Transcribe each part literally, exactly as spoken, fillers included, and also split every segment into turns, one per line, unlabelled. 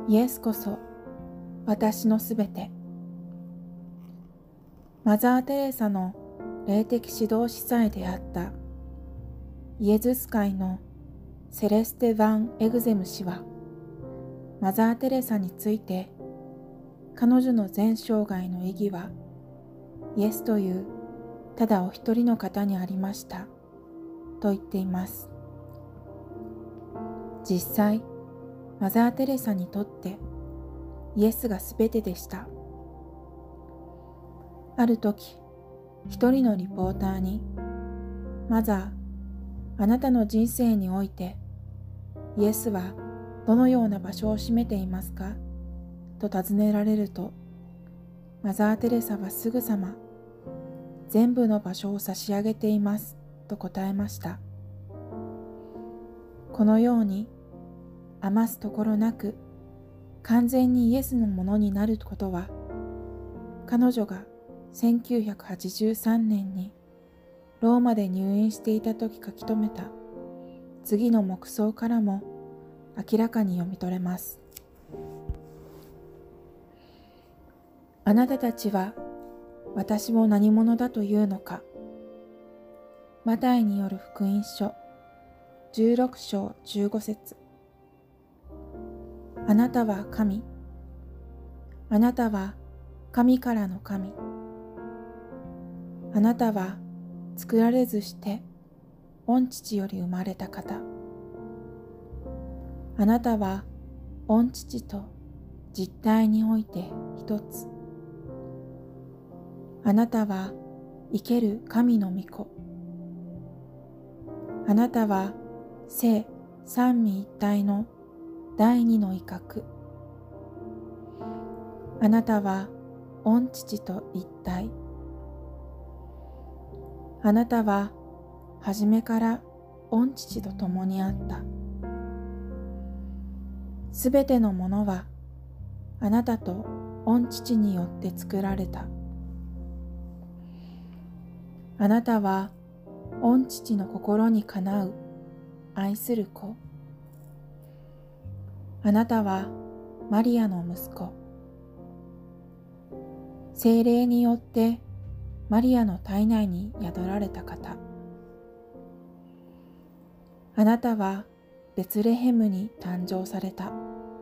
イエスこそ私のすべて。マザー・テレサの霊的指導司祭であったイエズス会のセレステ・ヴァン・エグゼム氏は、マザー・テレサについて、彼女の全生涯の意義はイエスというただお一人の方にありましたと言っています。実際、マザー・テレサにとってイエスがすべてでした。ある時、一人のリポーターに、マザー、あなたの人生においてイエスはどのような場所を占めていますかと尋ねられると、マザー・テレサはすぐさま、全部の場所を差し上げていますと答えました。このように余すところなく完全にイエスのものになることは、彼女がせんきゅうひゃくはちじゅうさんねんにローマで入院していた時書き留めた次の黙想からも明らかに読み取れます。あなたたちは私を何者だというのか。マタイによる福音書じゅうろくしょうじゅうごせつ。あなたは神。あなたは神からの神。あなたは作られずして御父より生まれた方。あなたは御父と実体において一つ。あなたは生ける神の御子。あなたは聖三位一体の第二の威嚇。あなたは御父と一体。あなたは初めから御父と共にあった。すべてのものはあなたと御父によって作られた。あなたは御父の心にかなう愛する子。あなたはマリアの息子。聖霊によってマリアの体内に宿られた方。あなたはベツレヘムに誕生された。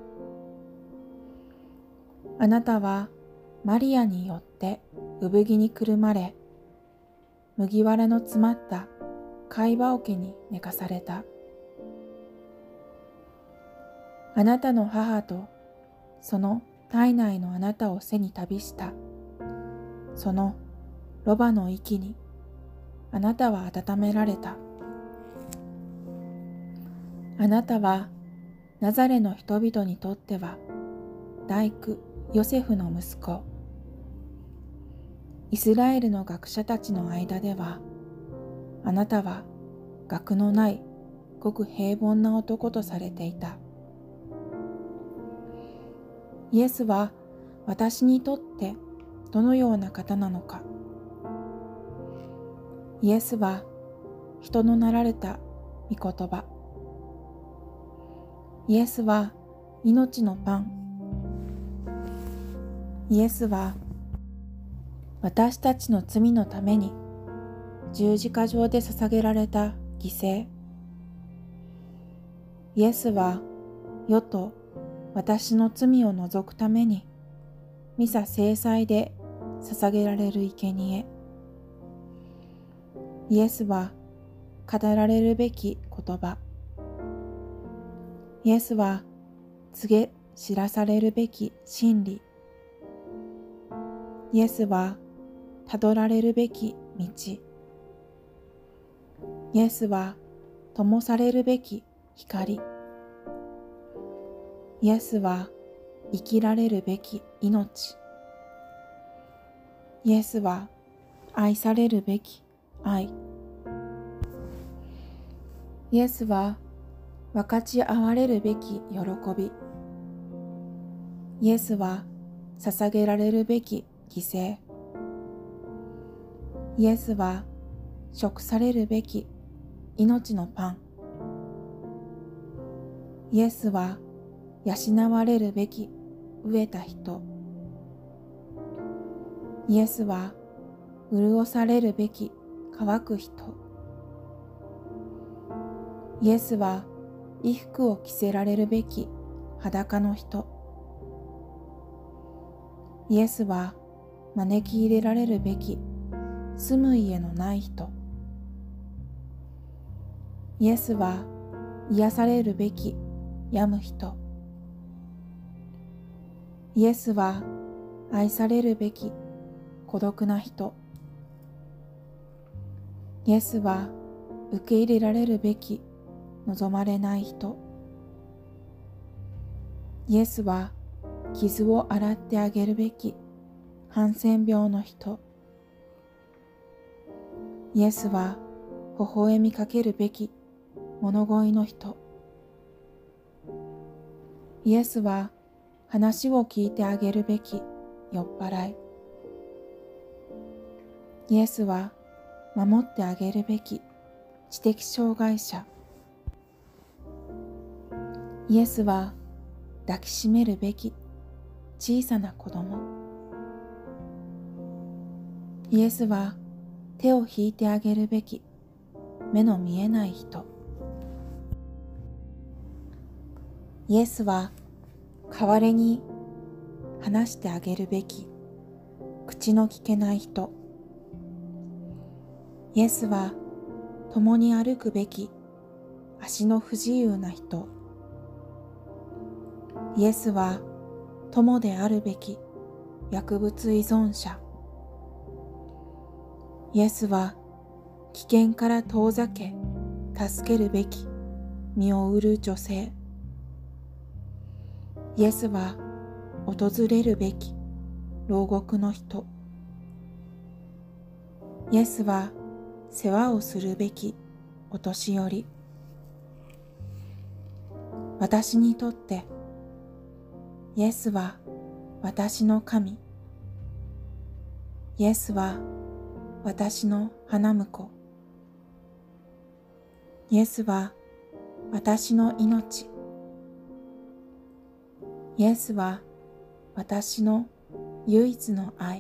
あなたはマリアによって産着にくるまれ、麦わらの詰まった貝羽桶に寝かされた。あなたの母とその体内のあなたを背に旅したそのロバの息にあなたは温められた。あなたはナザレの人々にとっては大工ヨセフの息子。イスラエルの学者たちの間では、あなたは学のないごく平凡な男とされていた。イエスは私にとってどのような方なのか。イエスは人のなられた御言葉。イエスは命のパン。イエスは私たちの罪のために十字架上で捧げられた犠牲。イエスは世と私の罪を除くためにミサ聖祭で捧げられる生贄。イエスは語られるべき言葉。イエスは告げ知らされるべき真理。イエスはたどられるべき道。イエスは灯されるべき光。イエスは生きられるべき命。イエスは愛されるべき愛。イエスは分かち合われるべき喜び。イエスは捧げられるべき犠牲。イエスは食されるべき命のパン。イエスは養われるべき飢えた人。イエスは潤されるべき乾く人。イエスは衣服を着せられるべき裸の人。イエスは招き入れられるべき住む家のない人。イエスは癒されるべき病む人。イエスは愛されるべき孤独な人。イエスは受け入れられるべき望まれない人。イエスは傷を洗ってあげるべきハンセン病の人。イエスは微笑みかけるべき物乞いの人。イエスは話を聞いてあげるべき酔っ払い。イエスは守ってあげるべき知的障害者。イエスは抱きしめるべき小さな子供。イエスは手を引いてあげるべき目の見えない人。イエスは代わりに話してあげるべき口の聞けない人。イエスは共に歩くべき足の不自由な人。イエスは友であるべき薬物依存者。イエスは危険から遠ざけ助けるべき身を売る女性。イエスは訪れるべき牢獄の人。イエスは世話をするべきお年寄り。私にとってイエスは私の神。イエスは私の花婿。イエスは私の命。イエスは私の唯一の愛。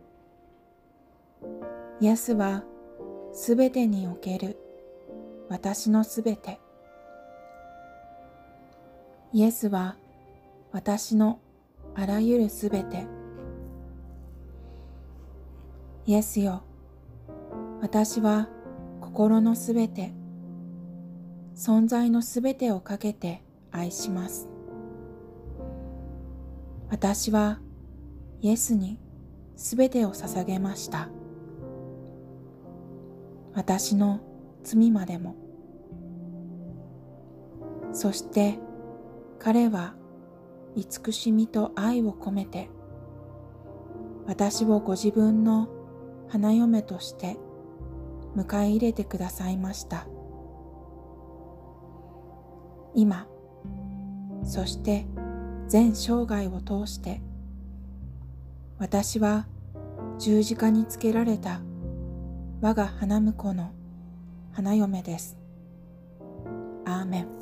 イエスはすべてにおける私のすべて。イエスは私のあらゆるすべて。イエスよ、私は心のすべて、存在のすべてをかけて愛します。私はイエスにすべてを捧げました。私の罪までも。そして彼は慈しみと愛を込めて私をご自分の花嫁として迎え入れてくださいました。今、そして全生涯を通して私は十字架につけられた我が花婿の花嫁です。アーメン。